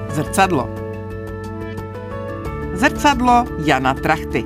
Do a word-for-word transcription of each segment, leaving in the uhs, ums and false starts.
Zrcadlo. Zrcadlo Jana Trachty.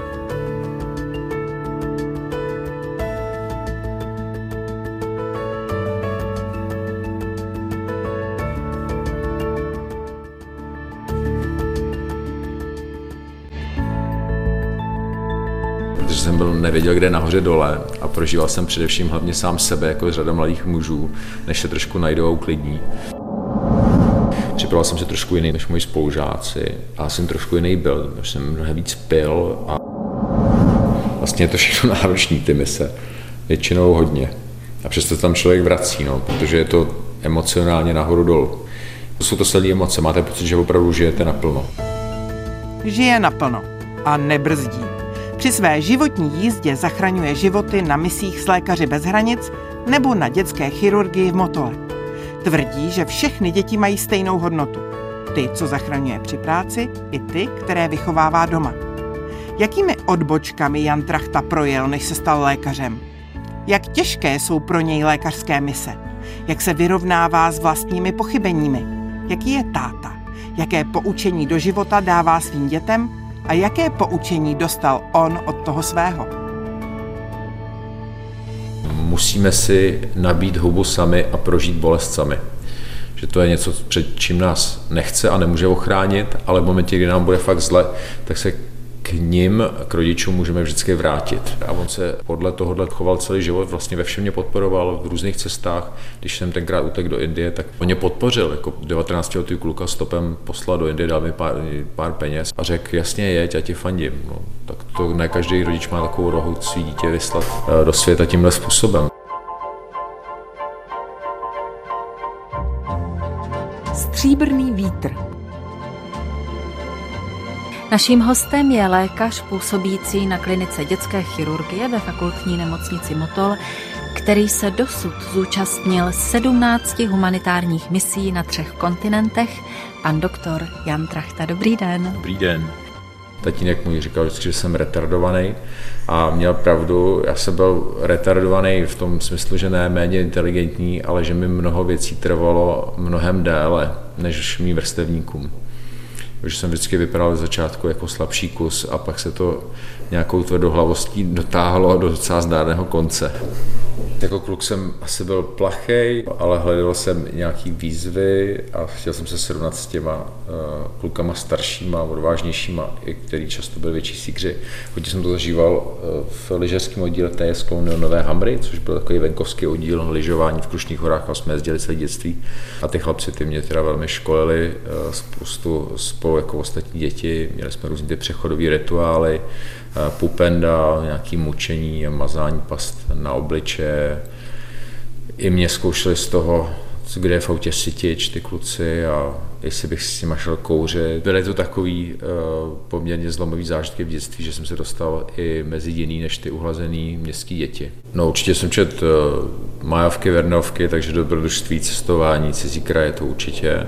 Protože jsem byl nevěděl, kde nahoře dole a prožíval jsem především hlavně sám sebe, jako řada mladých mužů, než se trošku najdou a uklidní. Připadal jsem se trošku jiný než moji spolužáci a jsem trošku jiný byl, protože jsem mnohem víc pil a vlastně je to všechno náročný, ty mise, většinou hodně. A přesto tam člověk vrací, no, protože je to emocionálně nahoru dolů. To jsou to silné emoce, máte pocit, že opravdu žijete naplno. Žije naplno a nebrzdí. Při své životní jízdě zachraňuje životy na misích s Lékaři bez hranic nebo na dětské chirurgii v Motole. Tvrdí, že všechny děti mají stejnou hodnotu. Ty, co zachraňuje při práci, i ty, které vychovává doma. Jakými odbočkami Jan Trachta projel, než se stal lékařem? Jak těžké jsou pro něj lékařské mise? Jak se vyrovnává s vlastními pochybeními? Jaký je táta? Jaké poučení do života dává svým dětem? A jaké poučení dostal on od toho svého? Musíme si nabít hubu sami a prožít bolest sami. Že to je něco, před čím nás nechce a nemůže ochránit, ale v momentě, kdy nám bude fakt zle, tak se k nim, k rodičům můžeme vždycky vrátit. A on se podle tohohle choval celý život, vlastně ve všem mě podporoval v různých cestách. Když jsem tenkrát utekl do Indie, tak on mě podpořil. Jako devatenáctiletý kluka stopem poslal do Indie, dal mi pár, pár peněz a řekl, jasně jeď, já ti fandím. No, tak to ne každý rodič má takovou rohu svý dítě vyslat do světa tímhle způsobem. Stříbrný vítr. Naším hostem je lékař působící na klinice dětské chirurgie ve fakultní nemocnici Motol, který se dosud zúčastnil sedmnácti humanitárních misí na třech kontinentech, pan doktor Jan Trachta. Dobrý den. Dobrý den. Tatínek můj říkal vždycky, že jsem retardovaný a měl pravdu. Já jsem byl retardovaný v tom smyslu, že ne méně inteligentní, ale že mi mnoho věcí trvalo mnohem déle než mým vrstevníkům. Protože jsem vždycky vypadal z začátku jako slabší kus a pak se to nějakou tvrdohlavostí dotáhlo do docela zdárného konce. Jako kluk jsem asi byl plachej, ale hledal jsem nějaký výzvy a chtěl jsem se srovnat s těma uh, klukama staršíma, odvážnějšíma, i který často byli větší síkři. Hodně jsem to zažíval uh, v lyžařském oddíle T S Colonial Nové Hamry, což byl takový venkovský oddíl na lyžování v Krušných horách, a jsme jezdili celé dětství. A ty chlapci ty mě teda velmi školili, uh, spoustu spolu jako ostatní děti, měli jsme různé ty přechodové rituály, uh, pupenda, nějaké mučení a mazání past na obliče. I mě zkoušeli z toho, kde je v autě sytič, ty kluci, a jestli bych s nima šel kouřit. Byly to takový uh, poměrně zlomový zážitky v dětství, že jsem se dostal i mezi jiný než ty uhlazený městský děti. No určitě jsem čet uh, Majavky, Vernovky, takže dobrodružství, cestování, cizí kraje, to určitě.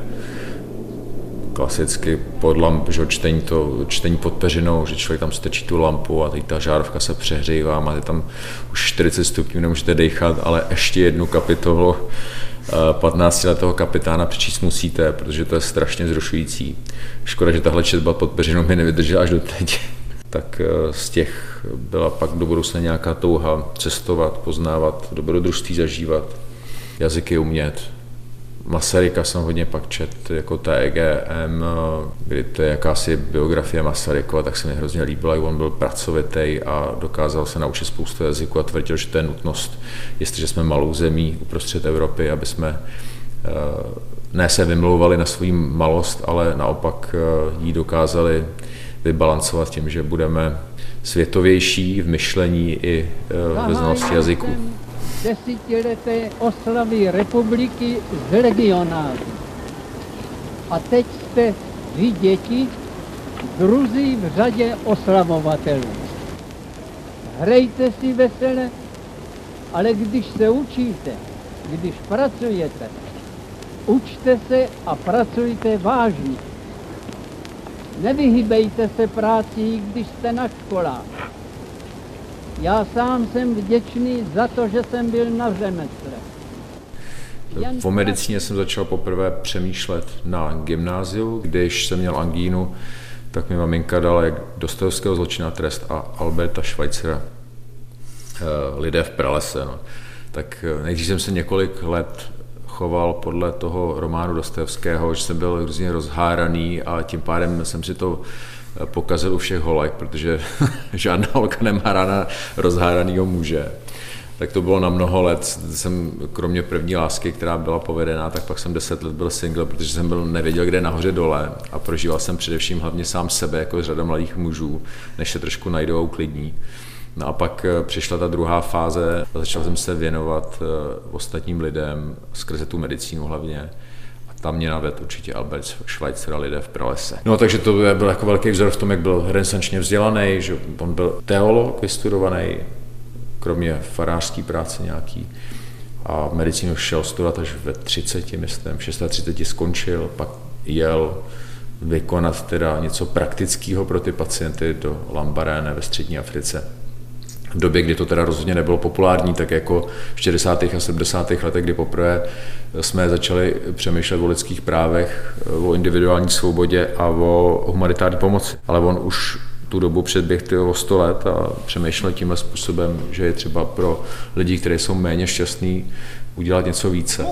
Klasicky pod lamp, že čtení, to, čtení pod peřinou, že člověk tam strčí tu lampu a teď ta žárovka se přehřívá, máte tam už čtyřicet stupňů, nemůžete dechat, ale ještě jednu kapitolu patnáctiletého kapitána přečíst musíte, protože to je strašně vzrušující. Škoda, že tahle četba pod peřinou mi nevydržela až doteď. Tak z těch byla pak do budoucna nějaká touha cestovat, poznávat, dobrodružství zažívat, jazyky umět. Masaryka jsem hodně pak čet jako T E G M, kdy to je jakási biografie Masarykova, tak se mi hrozně líbilo, jak on byl pracovitý a dokázal se naučit spoustu jazyků a tvrdil, že to je nutnost, jestliže jsme malou zemí uprostřed Evropy, aby jsme ne se vymlouvali na svou malost, ale naopak ji dokázali vybalancovat tím, že budeme světovější v myšlení i ve znalosti jazyků. Desetileté oslavy republiky z legionářů. A teď jste vy děti, druzí v řadě oslavovatelů. Hrajte si vesele, ale když se učíte, když pracujete, učte se a pracujte vážně. Nevyhýbejte se práci, když jste na školách. Já sám jsem vděčný za to, že jsem byl na řemesle. O medicíně jsem začal poprvé přemýšlet na gymnáziu, když jsem měl angínu, tak mi maminka dala jak Dostojevského Zločin a trest a Alberta Schweitzera Lidé v pralese. No. Tak nejdřív jsem se několik let choval podle toho románu Dostojevského, že jsem byl různě rozháraný a tím pádem jsem si to pokazil u všech holek, protože žádná holka nemá ráda rozháranýho muže. Tak to bylo na mnoho let. Jsem kromě první lásky, která byla povedená, tak pak jsem deset let byl single, protože jsem byl nevěděl, kde nahoře dole a prožíval jsem především hlavně sám sebe, jako řada mladých mužů, než se trošku najdou a uklidní. No a pak přišla ta druhá fáze a začal jsem se věnovat ostatním lidem skrze tu medicínu hlavně. A tam mě navedl určitě Albert Schweitzer a Lidé v pralese. No takže to byl jako velký vzor v tom, jak byl renesančně vzdělaný, že on byl teolog vystudovaný, kromě farářské práce nějaký. A medicínu šel studovat až ve třiceti, myslím, v třiceti šesti skončil, pak jel vykonat teda něco praktického pro ty pacienty do Lambaréne ve střední Africe. V době, kdy to teda rozhodně nebylo populární, tak jako v šedesátých a sedmdesátých letech, kdy poprvé jsme začali přemýšlet o lidských právech, o individuální svobodě a o humanitární pomoci. Ale on už tu dobu předběhl o sto let a přemýšlel tímhle způsobem, že je třeba pro lidi, kteří jsou méně šťastní, udělat něco více.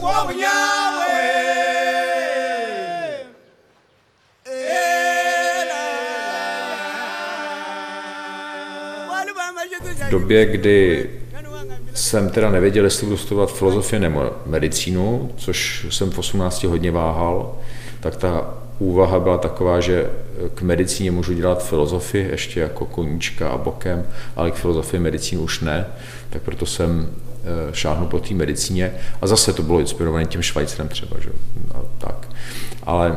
V době, kdy jsem teda nevěděl, jestli budu studovat filozofii nebo medicínu, což jsem v osmnácti hodně váhal, tak ta úvaha byla taková, že k medicíně můžu dělat filozofii ještě jako koníčka a bokem, ale k filozofii medicínu už ne, tak proto jsem šáhnul po té medicíně a zase to bylo inspirované tím Schweitzerem třeba, že? A tak. Ale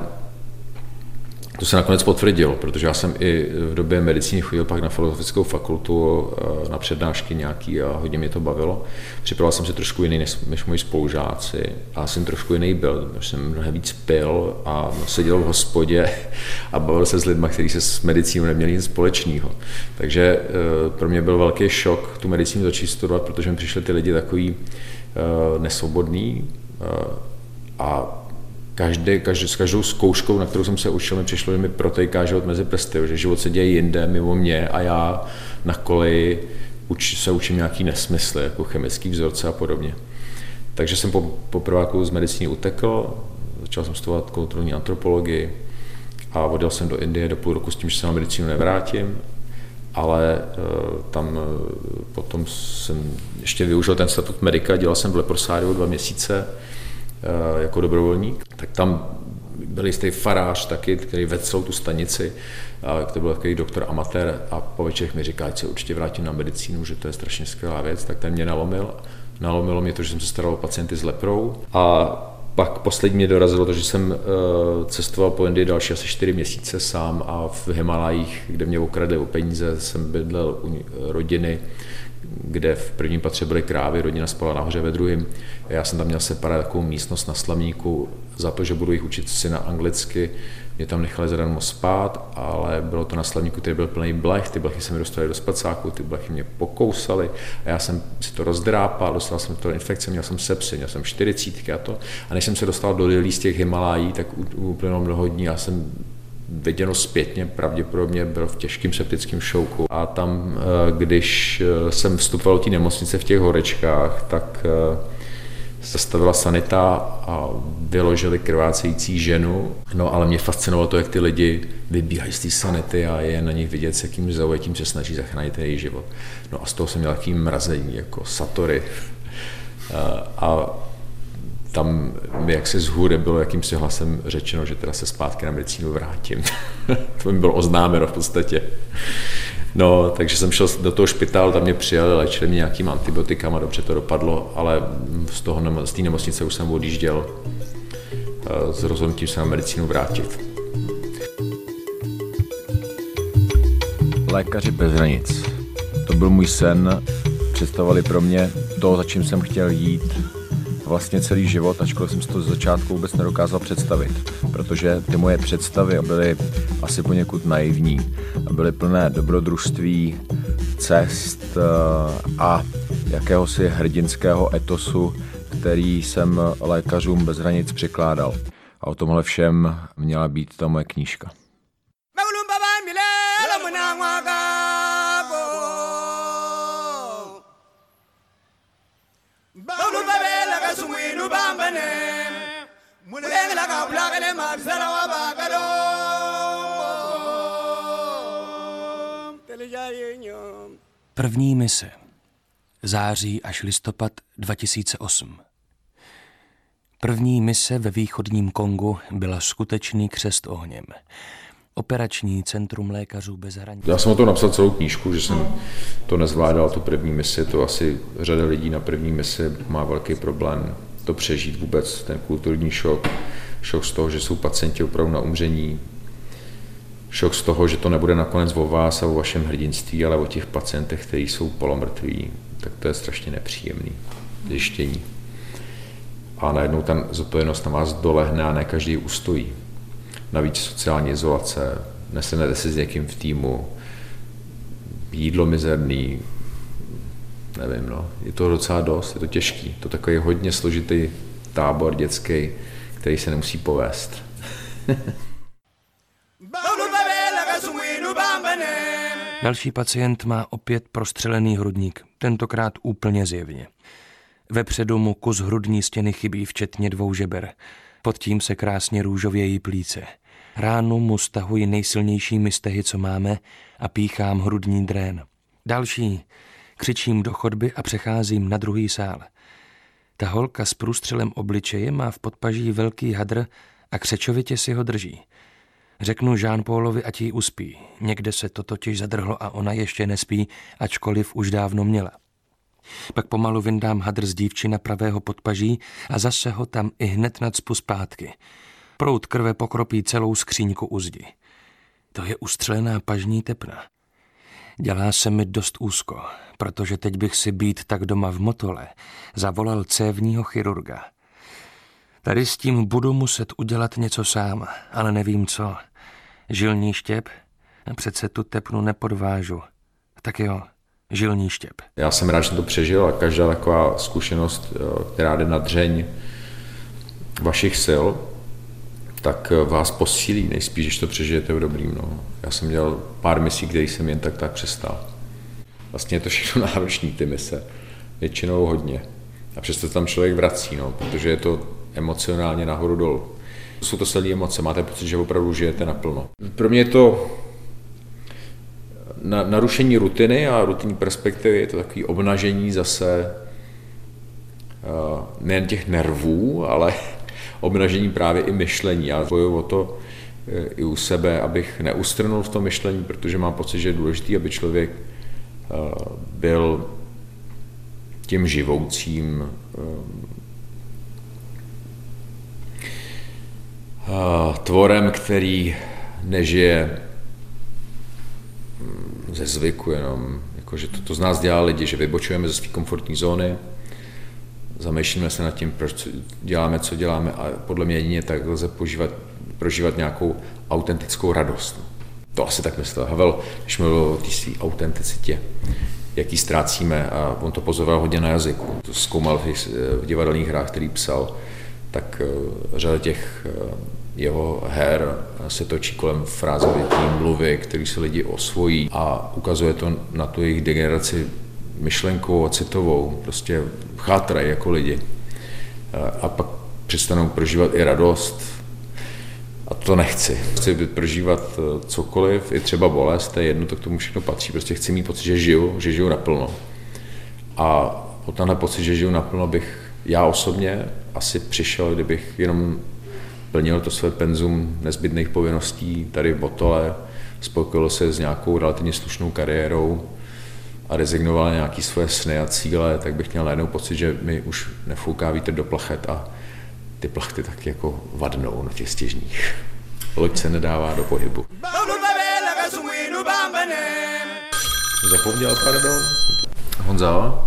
to se nakonec potvrdilo, protože já jsem i v době medicíny chodil pak na filozofickou fakultu, na přednášky nějaký a hodně mě to bavilo. Připravil jsem se trošku jiný než, než moji spolužáci a jsem trošku jiný byl, protože jsem mnohem víc pil a seděl v hospodě a bavil se s lidmi, kteří se s medicínou neměli nic společného. Takže pro mě byl velký šok tu medicínu začít studovat, protože mi přišli ty lidi takový nesvobodný a Každý, každý, s každou zkouškou, na kterou jsem se učil, mi přišlo, že mi protejká život mezi prsty, že život se děje jinde, mimo mě a já na koleji uč, se učím nějaký nesmysly, jako chemický vzorce a podobně. Takže jsem po, po prváku z medicíny utekl, začal jsem studovat kulturní antropologii a odjel jsem do Indie do půl roku s tím, že se na medicínu nevrátím, ale uh, tam uh, potom jsem ještě využil ten statut medika, dělal jsem v Leprosáriu dva měsíce, jako dobrovolník, tak tam byl jistý farář taky, který vedl celou tu stanici, a to byl takový doktor amatér a po večerech mi říká, ať se určitě vrátím na medicínu, že to je strašně skvělá věc, tak ten mě nalomil. Nalomilo mě to, že jsem se staral o pacienty s leprou a pak poslední mě dorazilo to, že jsem cestoval po Indii další asi čtyři měsíce sám a v Himalajích, kde mě okradli o peníze, jsem bydlel u rodiny, kde v prvním patře byly krávy, rodina spala nahoře ve druhém. Já jsem tam měl separát takovou místnost na Slamníku za to, že budu jich učit syna anglicky. Mě tam nechali zadarmo spát, ale bylo to na Slamníku, který byl plný blech, ty blechy se mi dostaly do spacáku, ty blechy mě pokousaly a já jsem si to rozdrápal, dostal jsem to infekce, měl jsem sepsy, měl jsem čtyřicítky a to. A než jsem se dostal do Dilí z těch Himalají, tak uplynulo mnoho dní, já jsem viděno zpětně, pravděpodobně byl v těžkém septickém šouku. A tam, když jsem vstupoval do té nemocnice v těch horečkách, tak zastavila sanita a vyložili krvácející ženu. No ale mě fascinovalo to, jak ty lidi vybíhají z té sanity a je na nich vidět, s jakým zaujetím se snaží zachránit její život. No a z toho jsem měl takový mrazení, jako satory. A tam mi jaksi z hůry bylo jakýmsi hlasem řečeno, že teda se zpátky na medicínu vrátím. To mi bylo oznámeno v podstatě. No, takže jsem šel do toho špitálu, tam mě přijali, léčili mě nějakým antibiotikama, dobře to dopadlo, ale z toho, z té nemocnice už jsem odjížděl s rozhodnutím se na medicínu vrátit. Lékaři bez hranic. To byl můj sen. Představovali pro mě to, za čím jsem chtěl jít vlastně celý život, ačkoliv jsem si to z začátku vůbec nedokázal představit, protože ty moje představy byly asi poněkud naivní a byly plné dobrodružství, cest a jakéhosi hrdinského etosu který jsem lékařům bez hranic překládal. A o tomhle všem měla být ta moje knížka. První mise. Září až listopad dva tisíce osm. První mise ve východním Kongu byla skutečný křest ohněm. Operační centrum lékařů bez hranic. Já jsem o tom napsal celou knížku, že jsem to nezvládal, tu první misi. To asi řada lidí na první misi má velký problém to přežít vůbec, ten kulturní šok. Šok z toho, že jsou pacienti opravdu na umření. Šok z toho, že to nebude nakonec o vás a o vašem hrdinství, ale o těch pacientech, kteří jsou polomrtví. Tak to je strašně nepříjemný zjištění. A najednou ta zodpovědnost na vás dolehne a ne každý ustojí. Navíc sociální izolace, nesenete si s někým v týmu, jídlo mizerný, nevím, no, je to docela dost, je to těžký. To takový hodně složitý tábor dětský, který se nemusí povést. Další pacient má opět prostřelený hrudník, tentokrát úplně zjevně. Vepředu mu kus hrudní stěny chybí, včetně dvou žeber. Pod tím se krásně růžovějí plíce. Ránu mu stahuji nejsilnějšími stehy, co máme, a píchám hrudní drén. Další. Křičím do chodby a přecházím na druhý sál. Ta holka s průstřelem obličeje má v podpaží velký hadr a křečovitě si ho drží. Řeknu Jean-Paulovi, ať jí uspí. Někde se to totiž zadrhlo a ona ještě nespí, ačkoliv už dávno měla. Pak pomalu vyndám hadr z dívčina pravého podpaží a zase ho tam i hned nacpu zpátky. Proud krve pokropí celou skříňku u zdi. To je ustřelená pažní tepna. Dělá se mi dost úzko, protože teď bych si být tak doma v Motole zavolal cévního chirurga. Tady s tím budu muset udělat něco sám, ale nevím co. Žilní štěp? Přece tu tepnu nepodvážu. Tak jo, žilní štěp. Já jsem rád, že to přežil a každá taková zkušenost, která jde na dřeň vašich sil, tak vás posílí, nejspíš, když to přežijete v dobrým. No. Já jsem dělal pár misí, které jsem jen tak tak přestal. Vlastně je to všechno náročný, ty mise. Většinou hodně. A přesto tam člověk vrací, no, protože je to emocionálně nahoru dolů. Jsou to silné emoce, máte pocit, že opravdu žijete naplno. Pro mě je to na, narušení rutiny a rutinní perspektivy, je to takové obnažení zase uh, nejen těch nervů, ale obnažení právě i myšlení. Já bojuju o to i u sebe, abych neustrnul v tom myšlení, protože mám pocit, že je důležité, aby člověk uh, byl tím živoucím uh, tvorem, který nežije ze zvyku jenom, jakože to, to z nás dělá lidi, že vybočujeme ze své komfortní zóny, zamýšlíme se nad tím, proč děláme, co děláme a podle mě jedině tak lze požívat, prožívat nějakou autentickou radost. To asi tak myslel Havel, když mluvil o té své autenticitě, jak ji ztrácíme a on to pozoroval hodně na jazyku. To zkoumal v divadelních hrách, který psal, tak řada těch jeho her se točí kolem frázovětí, mluvy, který se lidi osvojí a ukazuje to na tu jejich degeneraci myšlenkovou a citovou. Prostě chátrají jako lidi. A pak přestanou prožívat i radost. A to nechci. Chci prožívat cokoliv, i třeba bolest, to je jedno, to k tomu všechno patří. Prostě chci mít pocit, že žiju, že žiju naplno. A o tenhle pocit, že žiju naplno, bych já osobně asi přišel, kdybych jenom plnil to své penzum nezbytných povinností tady v Motole, spokojil se s nějakou relativně slušnou kariérou a rezignoval na nějaké svoje sny a cíle, tak bych měl najednou pocit, že mi už nefouká vítr do plachet a ty plachty tak jako vadnou na těch stěžních. Loď se nedává do pohybu. Zapomněl, pardon. Honza?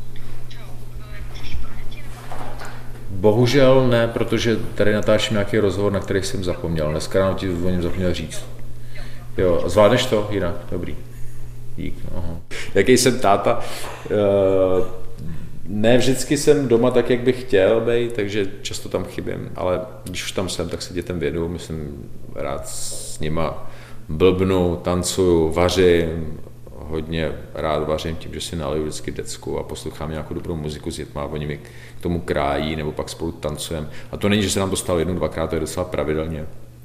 Bohužel ne, protože tady natáčím nějaký rozhovor, na který jsem zapomněl. Dneska ráno ti o něm zapomněl říct. Jo, zvládneš to, Jina? Dobrý. Dík. Aha. Jaký jsem táta? Ne vždycky jsem doma tak, jak bych chtěl být, takže často tam chybím, ale když už tam jsem, tak se dětem vědu, myslím, rád s nima blbnu, tancuju, vařím, hodně rád vařím tím, že si naliju vždycky decku a poslouchám nějakou dobrou muziku s dětma, oni mi k tomu krájí, nebo pak spolu tancujeme. A to není, že se nám to stalo jednou, dvakrát, to je docela pravidelně.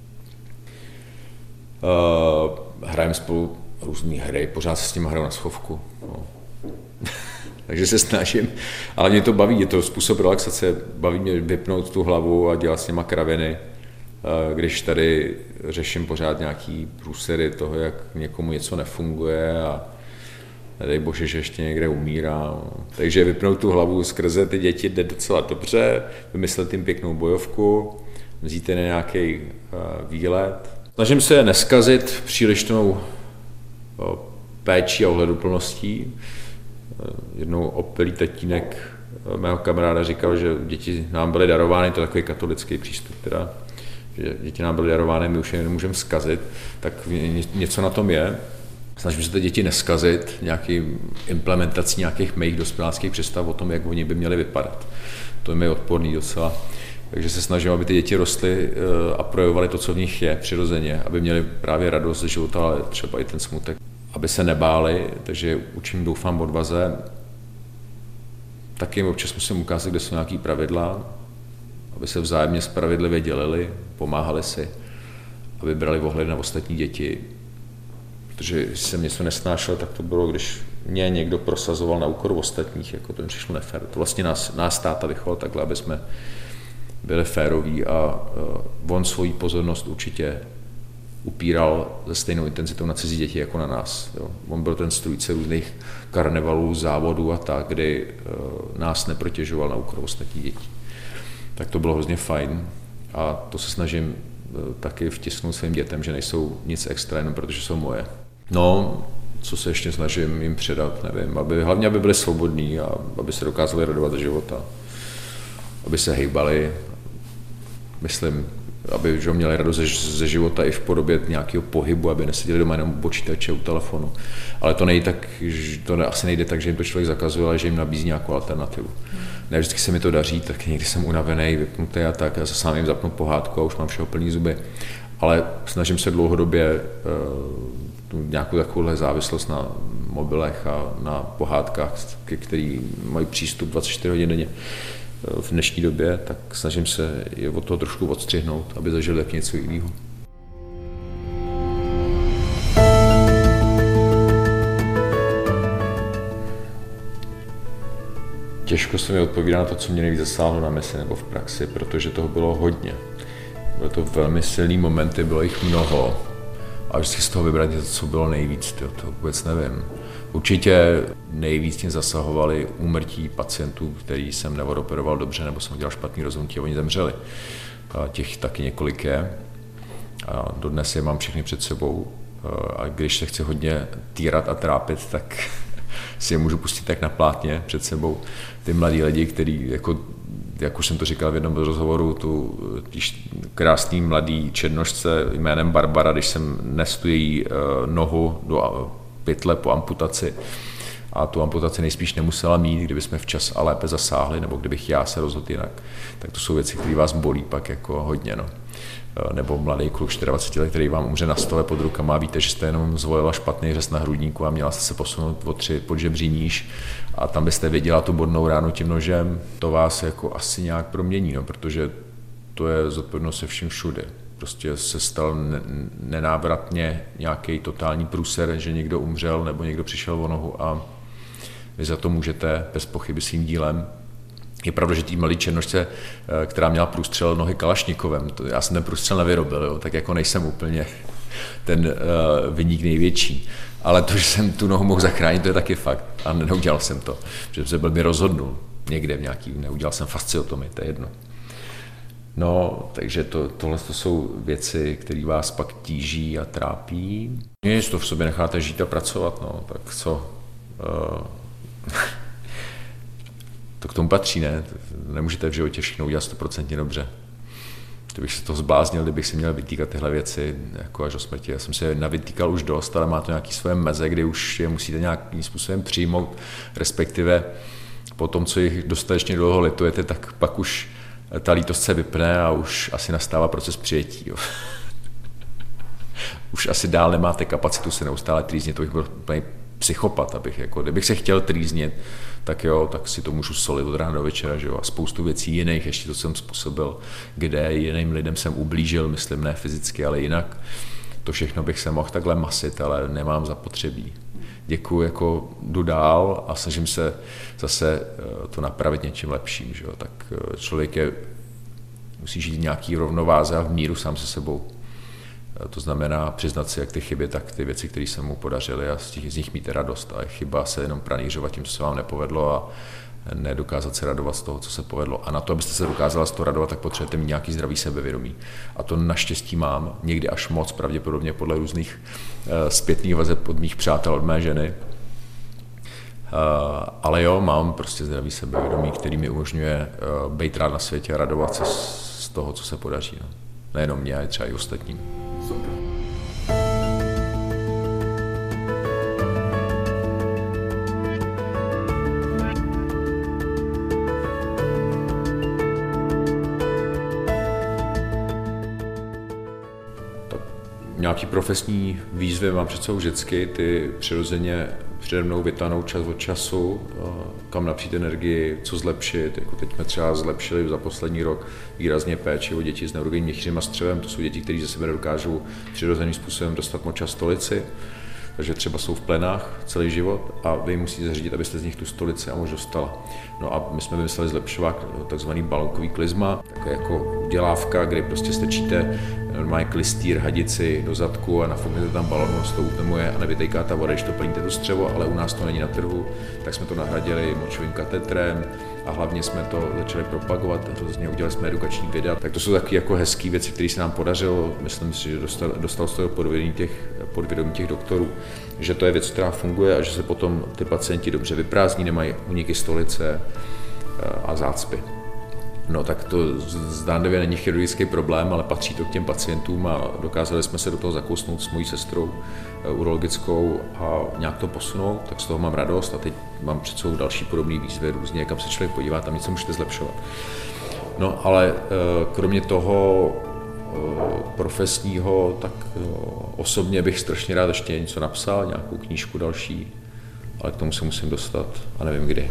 Uh, hrajeme spolu různé hry, pořád se s nimi hraju na schovku. No. Takže se snažím, ale mě to baví, je to způsob relaxace, baví mě vypnout tu hlavu a dělat s nima kraviny, když tady řeším pořád nějaký průsery toho, jak někomu něco nefunguje a nedej bože, že ještě někde umírá. Takže vypnout tu hlavu skrze ty děti jde docela dobře, vymyslet jim pěknou bojovku, vzít je na nějaký výlet. Snažím se neskazit přílišnou péčí a ohleduplností. Jednou opilý tatínek mého kamaráda říkal, že děti nám byly darovány, to je takový katolický přístup, teda, že děti nám byly darovány, my už je nemůžeme zkazit, tak něco na tom je. Snažím se ty děti neskazit nějaký implementací nějakých mých dospěláckých představ o tom, jak oni by měli vypadat. To je mi odporný docela. Takže se snažím, aby ty děti rostly a projevovaly to, co v nich je přirozeně, aby měli právě radost ze života, ale třeba i ten smutek. Aby se nebáli, takže učím, doufám, odvaze. Taky jim občas musím ukázat, kde jsou nějaké pravidla, aby se vzájemně spravedlivě dělili, pomáhali si, aby brali ohled na ostatní děti. Protože když jsem něco nesnášel, tak to bylo, když mě někdo prosazoval na úkor ostatních, jako to mi přišlo nefér. To vlastně nás, nás táta vychoval takhle, aby jsme byli féroví a uh, on svoji pozornost určitě upíral se stejnou intenzitou na cizí děti jako na nás. Jo. On byl ten strůjce různých karnevalů, závodů a tak, kdy uh, nás neprotěžoval na úkor ostatních dětí. Tak to bylo hrozně fajn a to se snažím uh, taky vtisknout svým dětem, že nejsou nic extra, jenom protože jsou moje. No, co se ještě snažím jim předat, nevím, aby, hlavně aby byli svobodní a aby se dokázali radovat ze života, aby se hejbali, myslím, aby že měli radost ze, ze života i v podobě nějakého pohybu, aby neseděli doma jenom u počítače, u telefonu. Ale to nejde tak, to asi nejde tak, že jim to člověk zakazuje, ale že jim nabízí nějakou alternativu. Ne vždycky se mi to daří, tak někdy jsem unavený, vypnutý a tak, já se sám jim zapnu pohádku a už mám všeho plný zuby. Ale snažím se dlouhodobě uh, nějakou takovouhle závislost na mobilech a na pohádkách, ke který mají přístup dvacet čtyři hodin denně v dnešní době, tak snažím se je od toho trošku odstřihnout, aby zažili tak něco jiného. Těžko se mi odpovídá na to, co mě nejvíc zasáhlo na mysli nebo v praxi, protože toho bylo hodně. Byly to velmi silný momenty, bylo jich mnoho a vždycky z toho vybrat něco, co bylo nejvíc, to, to vůbec nevím. Určitě nejvíc mě zasahovali úmrtí pacientů, který jsem neodoperoval dobře nebo jsem udělal špatný rozhodnutí a oni zemřeli. A těch taky několik je. A dodnes je mám všechny před sebou. A když se chci hodně týrat a trápit, tak si je můžu pustit tak na plátně před sebou. Ty mladí lidi, kteří, jako, jak už jsem to říkal v jednom rozhovoru, tu krásný mladý černošce jménem Barbara, když jsem nestu její nohu do pytle po amputaci a tu amputaci nejspíš nemusela mít, kdyby jsme včas a lépe zasáhli, nebo kdybych já se rozhodl jinak, tak to jsou věci, které vás bolí pak jako hodně. No. Nebo mladý kluk dvacet čtyři let, který vám umře na stole pod rukama a víte, že jste jenom zvolila špatný řez na hrudníku a měla jste se posunout o tři podžebří níž a tam byste viděla tu bodnou ránu tím nožem, to vás jako asi nějak promění, no, protože to je zodpovědnost se vším všude. Prostě se stal nenávratně nějaký totální průser, že někdo umřel nebo někdo přišel o nohu a vy za to můžete bez pochyby svým dílem. Je pravda, že tý malý černošce, která měla průstřel nohy Kalašnikovem, to já jsem ten průstřel nevyrobil, jo, tak jako nejsem úplně ten uh, viník největší. Ale to, že jsem tu nohu mohl zachránit, to je taky fakt. A neudělal jsem to, protože se byl mi rozhodnul někde v nějaký, neudělal jsem fasciotomii, to je jedno. No, takže to, tohle to jsou věci, které vás pak tíží a trápí. Když to v sobě necháte žít a pracovat, no, tak co? Uh, to k tomu patří, ne? Nemůžete v životě všechno udělat stoprocentně dobře. Kdybych se toho zbláznil, kdybych si měl vytýkat tyhle věci jako až do smrti. Já jsem se navytýkal už dost, ale má to nějaké svoje meze, kdy už je musíte nějakým způsobem přijmout, respektive po tom, co jich dostatečně dlouho litujete, tak pak už ta lítost se vypne a už asi nastává proces přijetí. Jo. Už asi dál nemáte kapacitu se neustále trýznit, to bych byl úplně psychopat, abych jako, kdybych se chtěl trýznit, tak jo, tak si to můžu solit od rána do večera, že jo, a spoustu věcí jiných, ještě to jsem způsobil, kde jiným lidem jsem ublížil, myslím, ne fyzicky, ale jinak. To všechno bych se mohl takhle masit, ale nemám zapotřebí. Děkuju, jako jdu dál a snažím se zase to napravit něčím lepším, že jo, tak člověk je, musí žít nějaký rovnováze a v míru sám se sebou. To znamená přiznat si jak ty chyby, tak ty věci, které se mu podařily a z, těch, z nich mít radost. A je chyba se jenom pranířovat tím, co se vám nepovedlo a nedokázat se radovat z toho, co se povedlo. A na to, abyste se dokázala z toho radovat, tak potřebujete mít nějaký zdravý sebevědomí. A to naštěstí mám, někdy až moc, pravděpodobně podle různých uh, zpětných vazeb od mých přátel, od mé ženy. Uh, ale jo, mám prostě zdravý sebevědomí, který mi umožňuje uh, být rád na světě a radovat se z toho, co se podaří. No. Nejenom mě, ale třeba i ostatním. Super. Nějaký profesní výzvy mám před sebou vždycky, ty přirozeně přede mnou vytáhnou čas od času, kam napřít energii, co zlepšit. Jako teď jsme třeba zlepšili za poslední rok výrazně péči o děti s neurogenním měchýřem a střevem. To jsou děti, které ze sebe dokážou přirozeným způsobem dostat moč a stolici. Takže třeba jsou v plenách celý život a vy musíte zařídit, abyste z nich tu stolici a moč dostala. No a my jsme vymysleli zlepšovák, takzvaný balonkový klizma, také jako dělávka, kdy prostě strčíte normálně klistýr, hadici do zadku a nafuknete tam balon, on se to utemuje a nevytejká ta voda, když to plníte to střevo, ale u nás to není na trhu, tak jsme to nahradili močovým katetrem a hlavně jsme to začali propagovat, hrozně udělali jsme edukační videa. Tak to jsou taky jako hezké věci, které se nám podařilo, myslím si, že dostal, dostal se to podvědomí těch, podvědomí těch doktorů, že to je věc, která funguje a že se potom ty pacienti dobře vyprázdní, nemají úniky stolice a zácpy. No tak to zdánlivě není chirurgický problém, ale patří to k těm pacientům a dokázali jsme se do toho zakousnout s mojí sestrou urologickou a nějak to posunout, tak z toho mám radost a teď mám před sebou další podobné výzvy různě, kam se člověk podívá, tam něco můžete zlepšovat. No ale kromě toho profesního, tak osobně bych strašně rád ještě něco napsal, nějakou knížku další, ale k tomu se musím dostat a nevím kdy.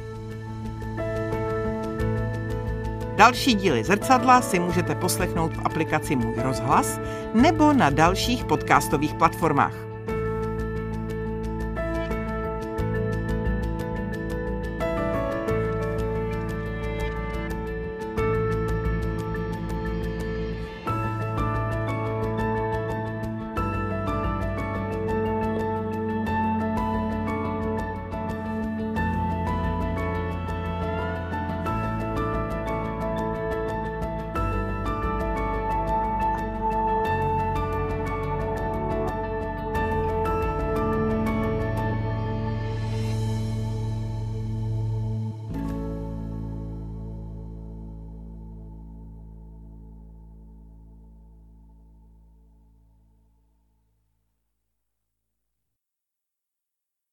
Další díly Zrcadla si můžete poslechnout v aplikaci Můj rozhlas nebo na dalších podcastových platformách.